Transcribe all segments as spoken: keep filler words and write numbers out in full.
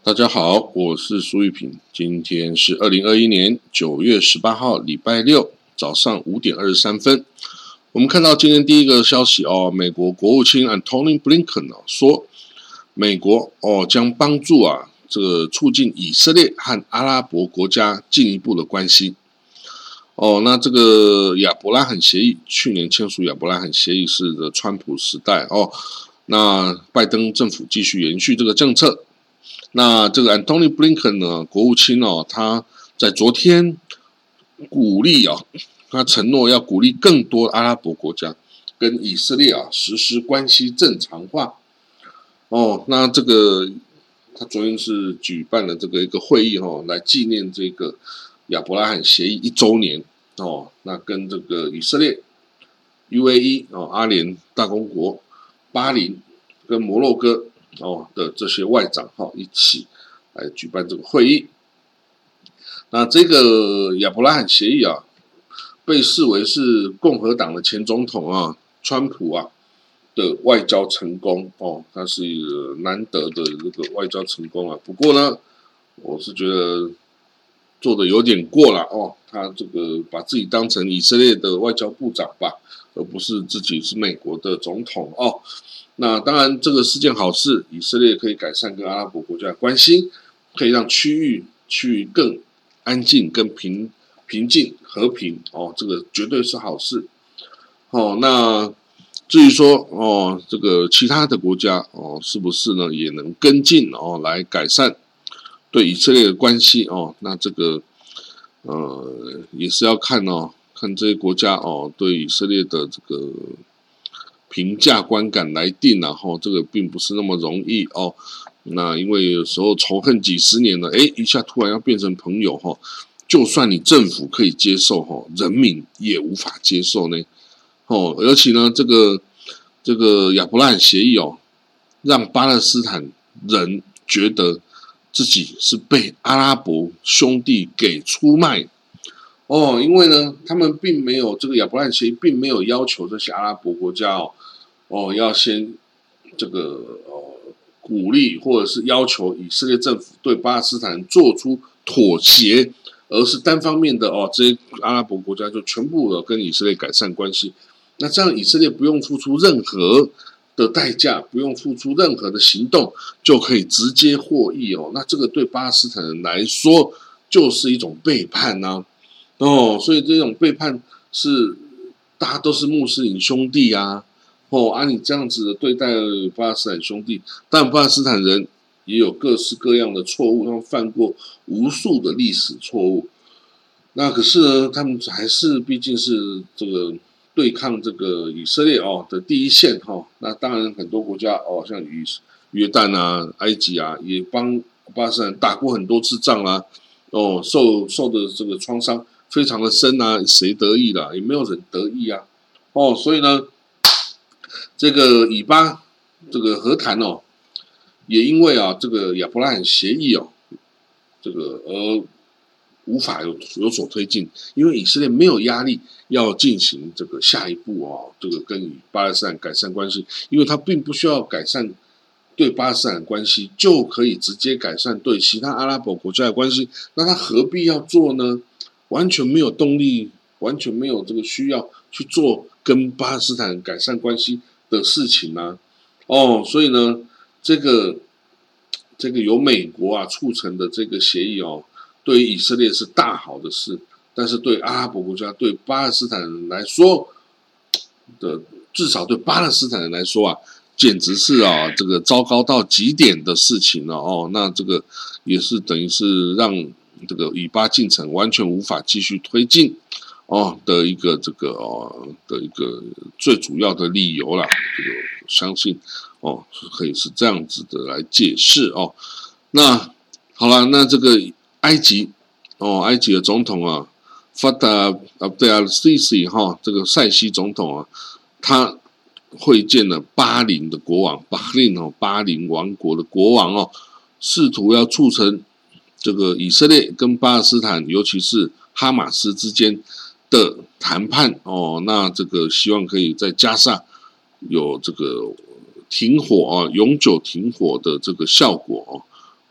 大家好，我是苏玉平，今天是二零二一年九月十八号，礼拜六早上五点二十三分。我们看到今天第一个消息哦，美国国务卿 Antony Blinken 哦说，美国哦将帮助啊这个促进以色列和阿拉伯国家进一步的关系。哦，那这个亚伯拉罕协议，去年签署亚伯拉罕协议是的川普时代哦，那拜登政府继续延续这个政策。那这个 Antony Blinken 呢，国务卿哦，他在昨天鼓励啊，他承诺要鼓励更多阿拉伯国家跟以色列啊实施关系正常化。哦，那这个他昨天是举办了这个一个会议哦，来纪念这个亚伯拉罕协议一周年哦。那跟这个以色列、U A E 哦、阿联大公国、巴林跟摩洛哥哦的这些外长哈、哦、一起来举办这个会议。那这个亚伯拉罕协议啊，被视为是共和党的前总统啊，川普啊的外交成功哦，他是难得的这个外交成功啊。不过呢，我是觉得做的有点过了哦，他这个把自己当成以色列的外交部长吧，而不是自己是美国的总统哦。那当然，这个是件好事，以色列可以改善跟阿拉伯国家的关系，可以让区域区域更安静、更平平静、和平哦，这个绝对是好事。哦，那至于说哦，这个其他的国家哦，是不是呢也能跟进哦，来改善对以色列的关系哦？那这个呃也是要看哦，看这些国家哦对以色列的这个评价观感来定，然后这个并不是那么容易哦。那因为有时候仇恨几十年了，哎，一下突然要变成朋友哈，就算你政府可以接受哈，人民也无法接受呢。哦，而且呢，这个这个亚伯拉罕协议哦，让巴勒斯坦人觉得自己是被阿拉伯兄弟给出卖。哦，因为呢，他们并没有这个亚伯拉罕协议，并没有要求这些阿拉伯国家哦，哦要先这个哦鼓励或者是要求以色列政府对巴勒斯坦做出妥协，而是单方面的哦，这些阿拉伯国家就全部的跟以色列改善关系。那这样以色列不用付出任何的代价，不用付出任何的行动，就可以直接获益哦。那这个对巴勒斯坦人来说就是一种背叛啊。哦，所以这种背叛是大家都是穆斯林兄弟啊，哦，啊你这样子的对待巴勒斯坦兄弟，但巴勒斯坦人也有各式各样的错误，他们犯过无数的历史错误。那可是呢，他们还是毕竟是这个对抗这个以色列哦的第一线哈、哦。那当然很多国家哦，像约旦啊、埃及啊，也帮巴勒斯坦打过很多次仗啊，哦，受受的这个创伤非常的深啊，谁得意啦？也没有人得意啊。哦，所以呢，这个以巴这个和谈哦，也因为啊这个亚伯拉罕协议哦，这个而无法有有所推进，因为以色列没有压力要进行这个下一步哦，这个跟巴勒斯坦改善关系，因为他并不需要改善对巴勒斯坦关系，就可以直接改善对其他阿拉伯国家的关系，那他何必要做呢？完全没有动力，完全没有这个需要去做跟巴勒斯坦改善关系的事情啊。哦，所以呢，这个这个由美国啊促成的这个协议哦，对于以色列是大好的事，但是对阿拉伯国家、对巴勒斯坦人来说的，至少对巴勒斯坦人来说啊，简直是啊这个糟糕到极点的事情了哦。那这个也是等于是让这个以巴进程完全无法继续推进哦的一个这个哦的一个最主要的理由啦。这个相信哦可以是这样子的来解释哦。那好了，那这个埃及哦，埃及的总统啊 ，Fattah Abdel Sisi 哈，这个塞西总统啊，他会见了巴林的国王，巴林哦，巴林王国的国王哦，试图要促成这个以色列跟巴勒斯坦，尤其是哈马斯之间的谈判哦，那这个希望可以在加沙有这个停火啊，永久停火的这个效果哦。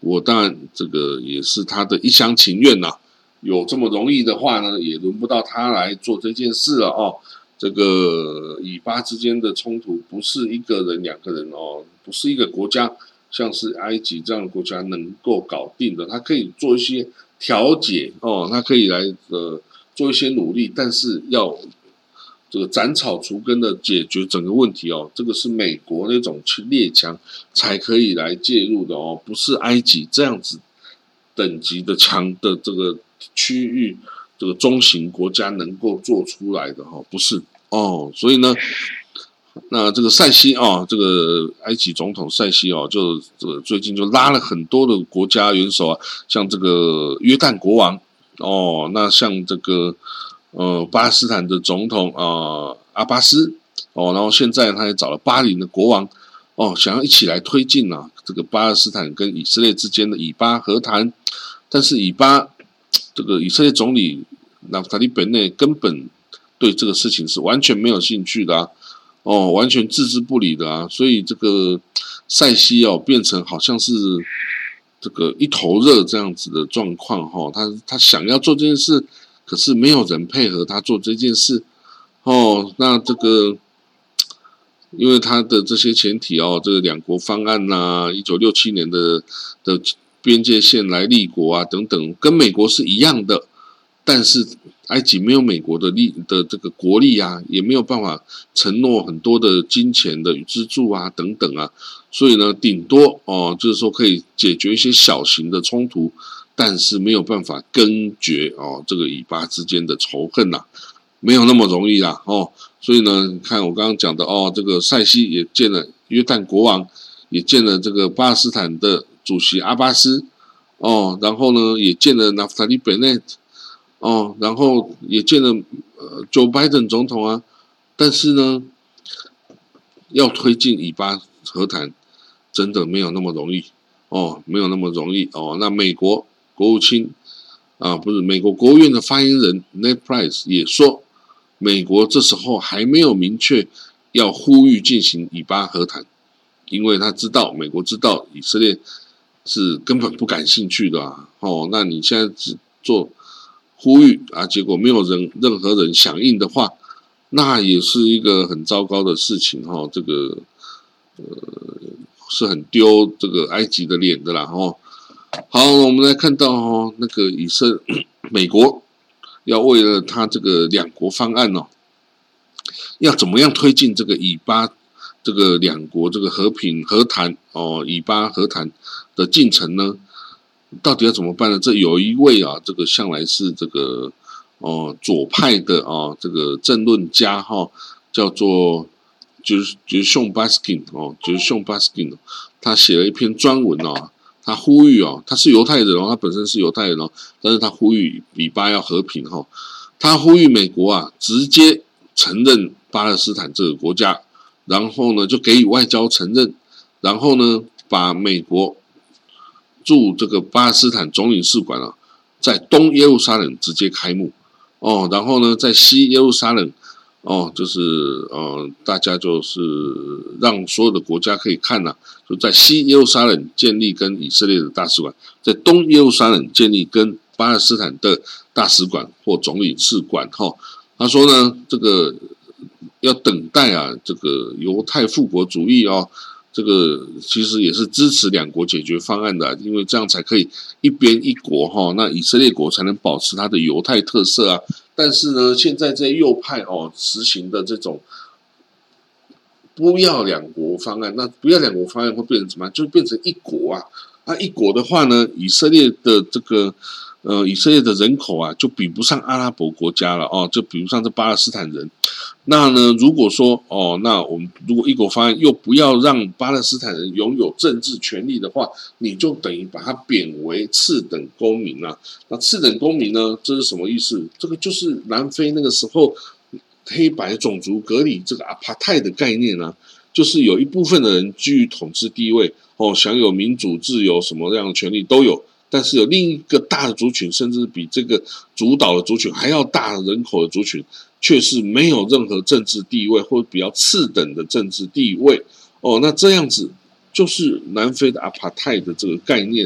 我当然这个也是他的一厢情愿呐、啊。有这么容易的话呢，也轮不到他来做这件事了哦。这个以巴之间的冲突不是一个人两个人哦，不是一个国家，像是埃及这样的国家能够搞定的。他可以做一些调解哦，他可以来呃做一些努力，但是要这个斩草除根的解决整个问题哦，这个是美国那种列强才可以来介入的哦，不是埃及这样子等级的强的这个区域这个中型国家能够做出来的哈、哦，不是哦，所以呢，那这个塞西哦，这个埃及总统塞西哦，就这个最近就拉了很多的国家元首啊，像这个约旦国王哦，那像这个呃巴勒斯坦的总统啊、呃、阿巴斯哦，然后现在他也找了巴林的国王哦，想要一起来推进啊这个巴勒斯坦跟以色列之间的以巴和谈，但是以巴这个以色列总理纳夫塔利本内根本对这个事情是完全没有兴趣的啊，哦，完全置之不理的啊，所以这个塞西哦变成好像是这个一头热这样子的状况哈、哦，他他想要做这件事，可是没有人配合他做这件事哦，那这个因为他的这些前提哦，这个两国方案呐、啊，一九六七年的的边界线来立国啊等等，跟美国是一样的，但是埃及没有美国的力的这个国力啊，也没有办法承诺很多的金钱的资助啊等等啊，所以呢，顶多哦就是说可以解决一些小型的冲突，但是没有办法根绝哦这个以巴之间的仇恨呐、啊，没有那么容易啦哦，所以呢，你看我刚刚讲的哦，这个塞西也见了约旦国王，也见了这个巴勒斯坦的主席阿巴斯哦，然后呢也见了纳夫塔利本内。哦，然后也见了呃 Joe Biden 总统啊，但是呢，要推进以巴和谈，真的没有那么容易哦，没有那么容易哦。那美国国务卿啊，不是美国国务院的发言人 Ned Price 也说，美国这时候还没有明确要呼吁进行以巴和谈，因为他知道，美国知道以色列是根本不感兴趣的啊。哦，那你现在只做呼吁啊，结果没有人任何人响应的话，那也是一个很糟糕的事情哈、哦。这个呃是很丢这个埃及的脸的啦哈、哦。好，我们来看到哦，那个以色美国要为了他这个两国方案哦，要怎么样推进这个以巴这个两国这个和平和谈哦，以巴和谈的进程呢？到底要怎么办呢？这有一位啊，这个向来是这个哦左派的啊这个政论家哈、哦，叫做就是就是熊巴斯金哦，就是熊巴斯金，他写了一篇专文哦，他呼吁哦，他是犹太人哦，他本身是犹太人哦，但是他呼吁以巴要和平哈、哦，他呼吁美国啊直接承认巴勒斯坦这个国家，然后呢就给予外交承认，然后呢把美国驻这个巴勒斯坦总领事馆啊，在东耶路撒冷直接开幕哦，然后呢，在西耶路撒冷哦，就是呃，大家就是让所有的国家可以看呐、啊，就在西耶路撒冷建立跟以色列的大使馆，在东耶路撒冷建立跟巴勒斯坦的大使馆或总领事馆哈、哦。他说呢，这个要等待啊，这个犹太复国主义哦。这个其实也是支持两国解决方案的、啊，因为这样才可以一边一国哈、哦，那以色列国才能保持它的犹太特色啊。但是呢，现在这些右派哦实行的这种不要两国方案，那不要两国方案会变成什么？就变成一国啊。啊，一国的话呢，以色列的这个呃以色列的人口啊，就比不上阿拉伯国家了哦，就比不上这巴勒斯坦人。那呢，如果说哦，那我们如果一国方案又不要让巴勒斯坦人拥有政治权利的话，你就等于把他贬为次等公民啊。那次等公民呢，这是什么意思？这个就是南非那个时候黑白种族隔离这个阿帕泰的概念啊，就是有一部分的人居于统治地位哦，享有民主、自由什么样的权利都有。但是有另一个大的族群，甚至比这个主导的族群还要大的人口的族群，却是没有任何政治地位或比较次等的政治地位哦。那这样子就是南非的阿帕泰的这个概念呢，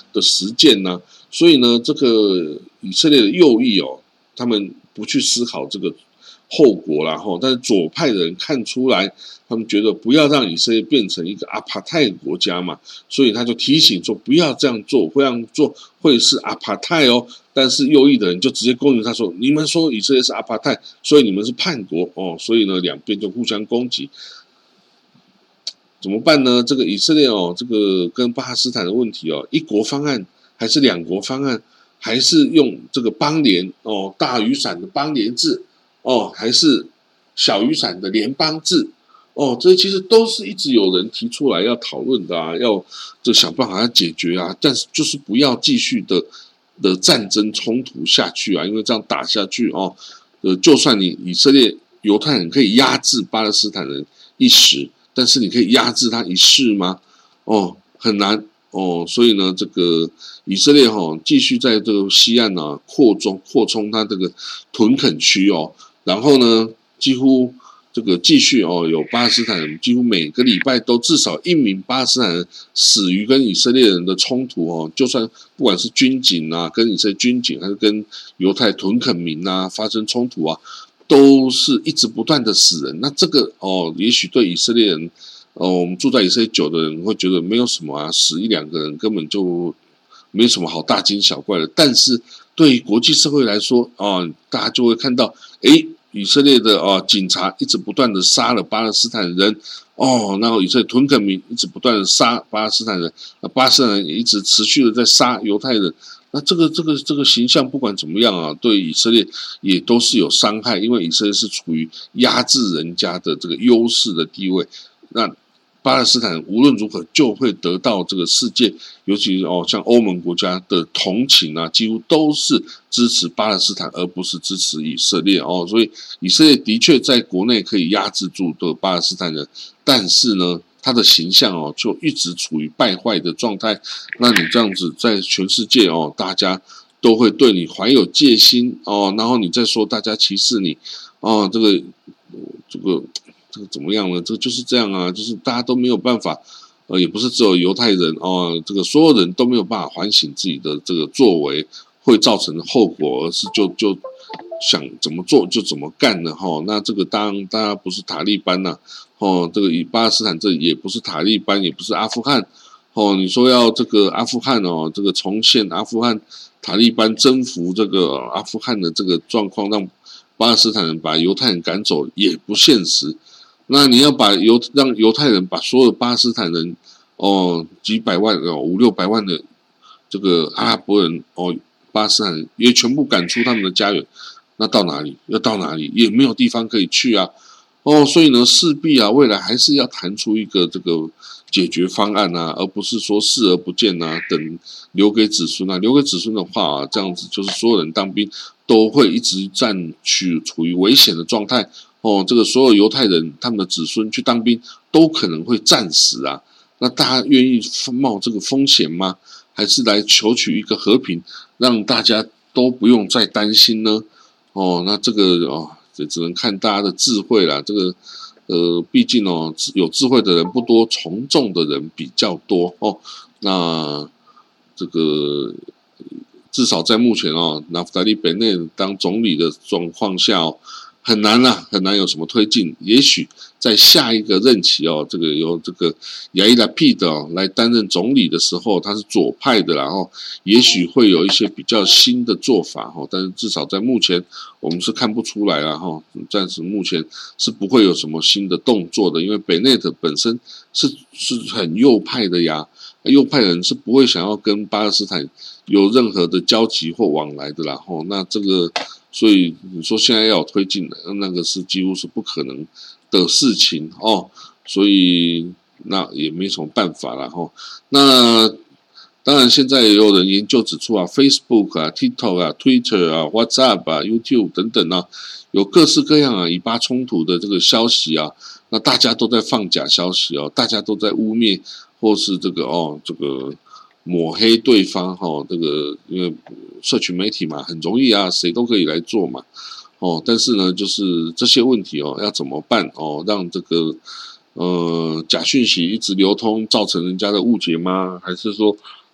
的实践呢、啊，所以呢，这个以色列的右翼哦，他们不去思考这个后果啦吼，但是左派的人看出来，他们觉得不要让以色列变成一个阿帕泰国家嘛，所以他就提醒说不要这样做，会这样做会是阿帕泰哦。但是右翼的人就直接攻击他说，你们说以色列是阿帕泰，所以你们是叛国哦，所以呢两边就互相攻击。怎么办呢？这个以色列哦，这个跟巴勒斯坦的问题哦，一国方案还是两国方案，还是用这个邦联哦，大雨伞的邦联制哦，还是小雨伞的联邦制哦，这其实都是一直有人提出来要讨论的啊，要就想办法要解决啊，但是就是不要继续的的战争冲突下去啊，因为这样打下去哦，呃，就算你以色列犹太人可以压制巴勒斯坦人一时。但是你可以压制他一世吗？哦，很难哦。所以呢，这个以色列哈、哦、继续在这个西岸啊扩充扩充他这个屯垦区哦，然后呢，几乎这个继续哦有巴勒斯坦人几乎每个礼拜都至少一名巴勒斯坦人死于跟以色列人的冲突哦，就算不管是军警啊跟以色列军警还是跟犹太屯垦民啊发生冲突啊。都是一直不断的死人，那这个哦，也许对以色列人，哦，我们住在以色列久的人会觉得没有什么啊，死一两个人根本就没什么好大惊小怪的。但是对于国际社会来说，哦，大家就会看到，诶，以色列的哦警察一直不断的杀了巴勒斯坦人，哦，然后以色列屯垦民一直不断的杀巴勒斯坦人，巴勒斯坦人也一直持续的在杀犹太人。那这个这个这个形象不管怎么样啊，对以色列也都是有伤害，因为以色列是处于压制人家的这个优势的地位。那巴勒斯坦无论如何就会得到这个世界，尤其哦像欧盟国家的同情啊，几乎都是支持巴勒斯坦，而不是支持以色列哦。所以以色列的确在国内可以压制住的巴勒斯坦人，但是呢。他的形象哦，就一直处于败坏的状态。那你这样子在全世界哦，大家都会对你怀有戒心哦。然后你再说大家歧视你哦，这个这个这个怎么样呢？这个就是这样啊，就是大家都没有办法，呃，也不是只有犹太人哦，这个所有人都没有办法反省自己的这个作为会造成的后果，而是就就想怎么做就怎么干的哈、哦。那这个当然大家不是塔利班呐、啊。哦，这个以巴勒斯坦这也不是塔利班，也不是阿富汗。哦，你说要这个阿富汗哦，这个重现阿富汗塔利班征服这个阿富汗的这个状况，让巴勒斯坦人把犹太人赶走也不现实。那你要把犹让犹太人把所有巴勒斯坦人哦几百万哦五六百万的这个阿拉伯人哦巴勒斯坦人也全部赶出他们的家园，那到哪里？要到哪里？也没有地方可以去啊。哦，所以呢，势必啊，未来还是要谈出一个这个解决方案啊，而不是说视而不见啊，等留给子孙啊。留给子孙的话啊，这样子就是所有人当兵都会一直战取处于危险的状态。哦，这个所有犹太人他们的子孙去当兵都可能会战死啊。那大家愿意冒这个风险吗？还是来求取一个和平，让大家都不用再担心呢？哦，那这个哦。也只能看大家的智慧啦，这个呃，毕竟哦，有智慧的人不多，从众的人比较多哦。那这个至少在目前哦，纳夫达利·贝内当总理的状况下哦，很难啦、啊，很难有什么推进。也许在下一个任期哦，这个由这个亚伊拉皮的哦来担任总理的时候，他是左派的啦，然后也许会有一些比较新的做法哈，但是至少在目前我们是看不出来啦哈，暂时目前是不会有什么新的动作的，因为贝内特本身是是很右派的呀，右派人是不会想要跟巴勒斯坦有任何的交集或往来的啦哈，那这个。所以你说现在要有推进的，那个是几乎是不可能的事情哦。所以那也没什么办法了哈。那当然现在也有人研究指出啊 ，Facebook 啊、TikTok 啊、Twitter 啊、WhatsApp 啊、YouTube 等等啊，有各式各样啊以巴冲突的这个消息啊，那大家都在放假消息哦，大家都在污蔑或是这个哦这个。抹黑对方哈、哦，这个因为社群媒体嘛，很容易啊，谁都可以来做嘛，哦，但是呢，就是这些问题哦，要怎么办哦？让这个呃假讯息一直流通，造成人家的误解吗？还是说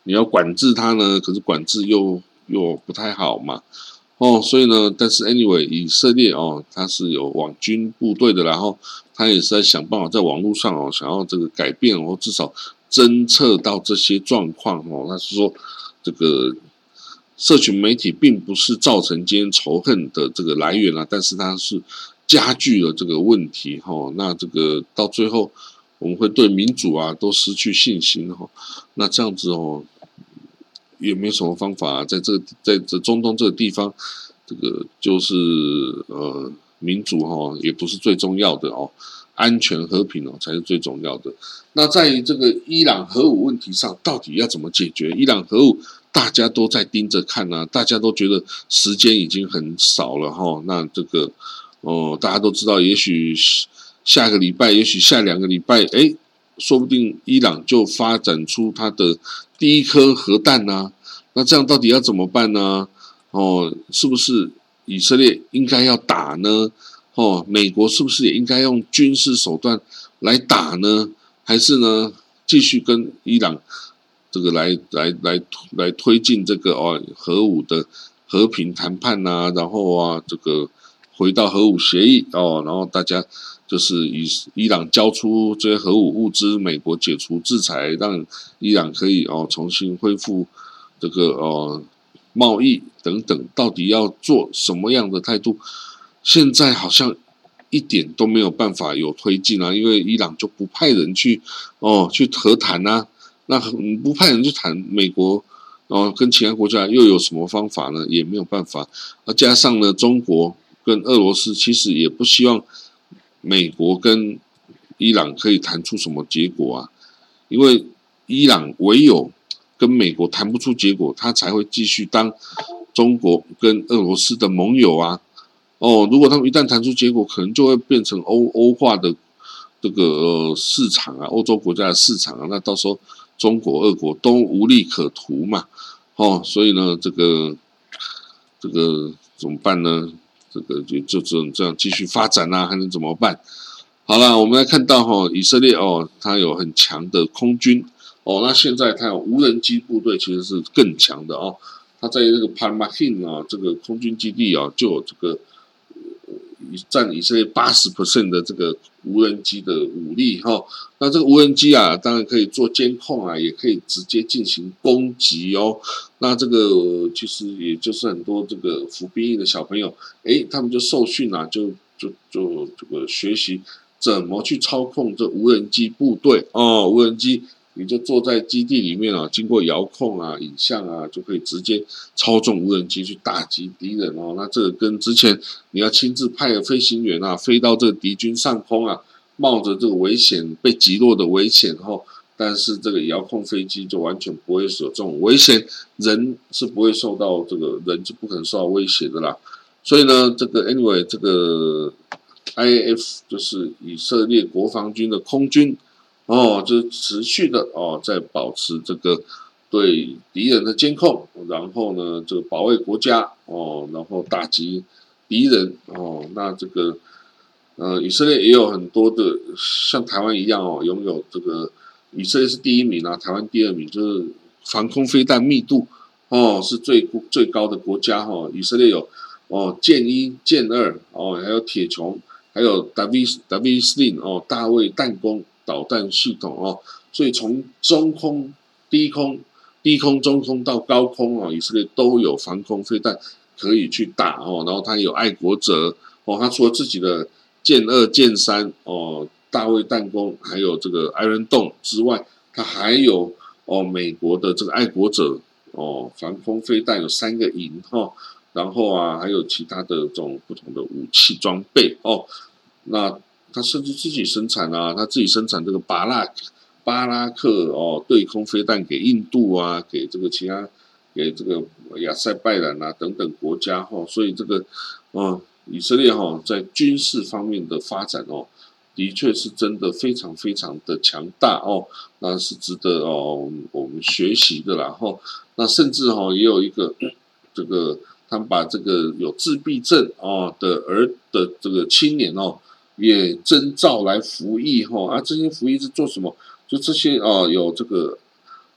你要管制它呢，可是管制又又不太好嘛。哦，所以呢，但是 anyway， 以色列哦，它是有网军部队的，然后他也是在想办法在网络上哦，想要这个改变哦，至少侦测到这些状况哦。他是说，这个社群媒体并不是造成今天仇恨的这个来源啊，但是它是加剧了这个问题哈、哦。那这个到最后，我们会对民主啊都失去信心哈、哦。那这样子哦。也没有什么方法、啊，在这个在这中东这个地方，这个就是呃民主哈、哦，也不是最重要的哦，安全和平哦才是最重要的。那在于这个伊朗核武问题上，到底要怎么解决？伊朗核武大家都在盯着看啊，大家都觉得时间已经很少了哈、哦。那这个哦、呃，大家都知道，也许下个礼拜，也许下两个礼拜，哎。说不定伊朗就发展出它的第一颗核弹啊，那这样到底要怎么办呢？哦，是不是以色列应该要打呢？哦，美国是不是也应该用军事手段来打呢？还是呢，继续跟伊朗这个来来来来推进这个哦核武的和平谈判啊，然后啊这个回到核武协议哦，然后大家。就是以伊朗交出这些核武物资，美国解除制裁，让伊朗可以哦重新恢复这个哦贸易等等，到底要做什么样的态度？现在好像一点都没有办法有推进啊，因为伊朗就不派人去哦去和谈啊，那不派人去谈，美国哦跟其他国家又有什么方法呢？也没有办法，而加上呢，中国跟俄罗斯其实也不希望。美国跟伊朗可以谈出什么结果啊？因为伊朗唯有跟美国谈不出结果，他才会继续当中国跟俄罗斯的盟友啊。哦，如果他们一旦谈出结果，可能就会变成欧欧化的这个、呃、市场啊，欧洲国家的市场啊，那到时候中国、俄国都无利可图嘛。哦，所以呢，这个这个怎么办呢？这个就就只能这样继续发展啊，还能怎么办？好了，我们来看到哈、哦，以色列哦，它有很强的空军哦，那现在它有无人机部队，其实是更强的哦。它在这个 Palmahim 啊，这个空军基地啊，就有这个占以色列 百分之八十 的这个无人机的武力哈、哦。那这个无人机啊，当然可以做监控啊，也可以直接进行攻击哦。那这个其实也就是很多这个服兵役的小朋友，诶，他们就受训啊，就就就这个学习怎么去操控这无人机部队哦。无人机你就坐在基地里面啊，经过遥控啊、影像啊，就可以直接操纵无人机去打击敌人哦。那这个跟之前你要亲自派飞行员啊，飞到这个敌军上空啊，冒着这个危险被击落的危险哦。但是这个遥控飞机就完全不会有这种危险，人是不会受到这个人是不可能受到威胁的啦。所以呢，这个 anyway 这个 I A F 就是以色列国防军的空军哦，就是持续的哦在保持这个对敌人的监控，然后呢这个保卫国家哦，然后打击敌人哦。那这个呃以色列也有很多的像台湾一样哦，拥有这个。以色列是第一名啊，台湾第二名，就是防空飞弹密度哦是最最高的国家哦。以色列有哦剑一、剑二哦，还有铁穹，还有 David David Sling 哦大卫弹弓导弹系统哦，所以从中空、低空、低空、中空到高空哦，以色列都有防空飞弹可以去打哦。然后它有爱国者哦，它除了自己的剑二、剑三哦。大卫弹弓还有这个 Iron Dome 之外，它还有哦美国的这个爱国者哦防空飞弹有三个营哈、哦，然后啊还有其他的这种不同的武器装备哦。那它甚至自己生产啊，它自己生产这个巴拉巴拉克哦对空飞弹给印度啊，给这个其他给这个亚塞拜然啊等等国家哈、哦。所以这个哦以色列哈、哦、在军事方面的发展哦。的确是真的非常非常的强大哦，那是值得哦我们学习的啦哈、哦。那甚至哈、哦、也有一个这个他们把这个有自闭症哦的儿的这个青年哦也征召来服役哈、哦、啊，这些服役是做什么？就这些哦有这个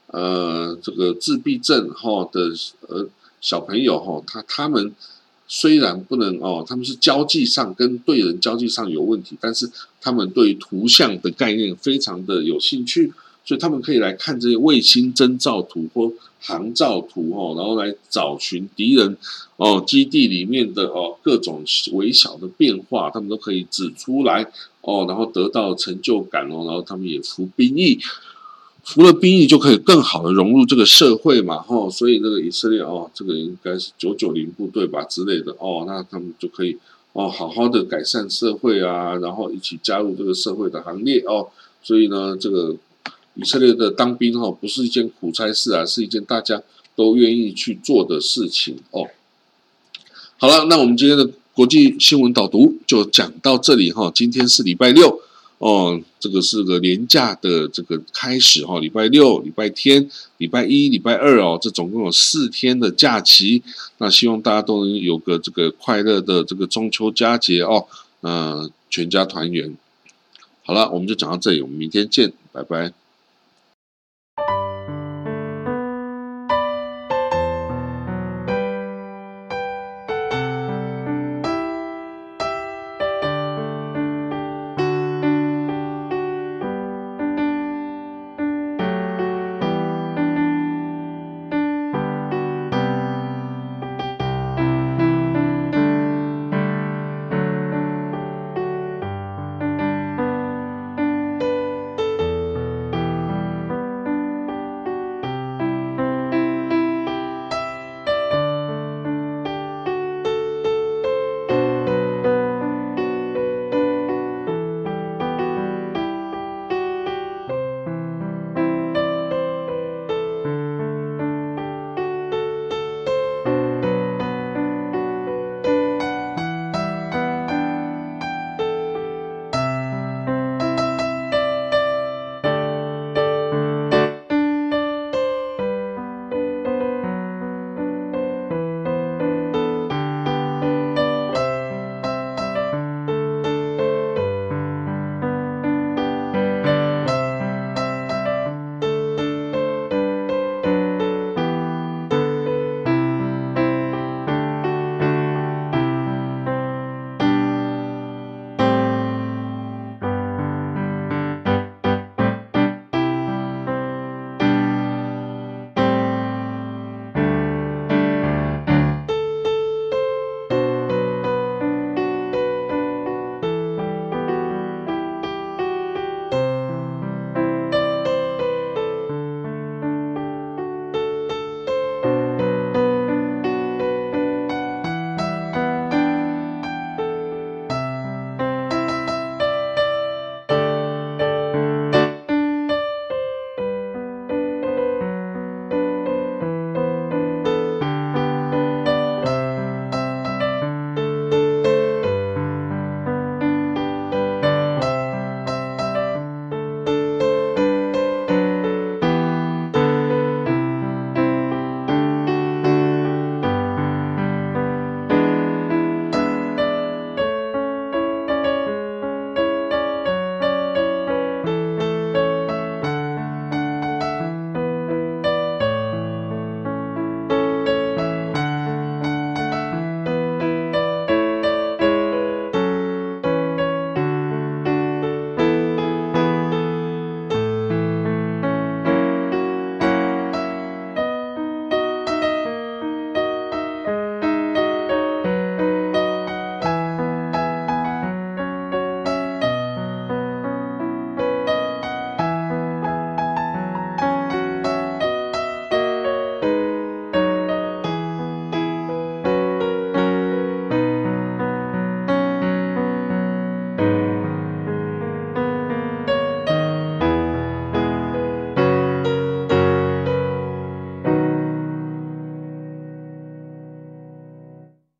呃这个自闭症哈的呃小朋友哈，他他们虽然不能哦，他们是交际上跟对人交际上有问题，但是他们对图像的概念非常的有兴趣，所以他们可以来看这些卫星征兆图或航照图哦，然后来找寻敌人哦基地里面的哦各种微小的变化，他们都可以指出来哦，然后得到成就感哦，然后他们也服兵役。服了兵役就可以更好的融入这个社会嘛，吼，所以那个以色列哦，这个应该是九九零部队吧之类的哦，那他们就可以哦好好的改善社会啊，然后一起加入这个社会的行列哦，所以呢，这个以色列的当兵哦，不是一件苦差事啊，是一件大家都愿意去做的事情哦。好了，那我们今天的国际新闻导读就讲到这里哈，今天是礼拜六。哦，这个是个连假的这个开始哈，礼拜六、礼拜天、礼拜一、礼拜二哦，这总共有四天的假期。那希望大家都能有个这个快乐的这个中秋佳节哦，呃，全家团圆。好了，我们就讲到这里，我们明天见，拜拜。